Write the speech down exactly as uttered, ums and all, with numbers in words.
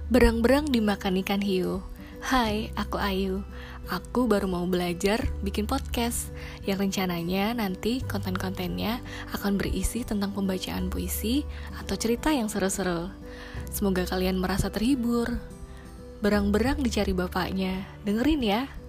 Berang-berang dimakan ikan hiu. Hai, aku Ayu. Aku baru mau belajar bikin podcast yang rencananya nanti konten-kontennya akan berisi tentang pembacaan puisi atau cerita yang seru-seru. Semoga kalian merasa terhibur. Berang-berang dicari bapaknya. Dengerin ya.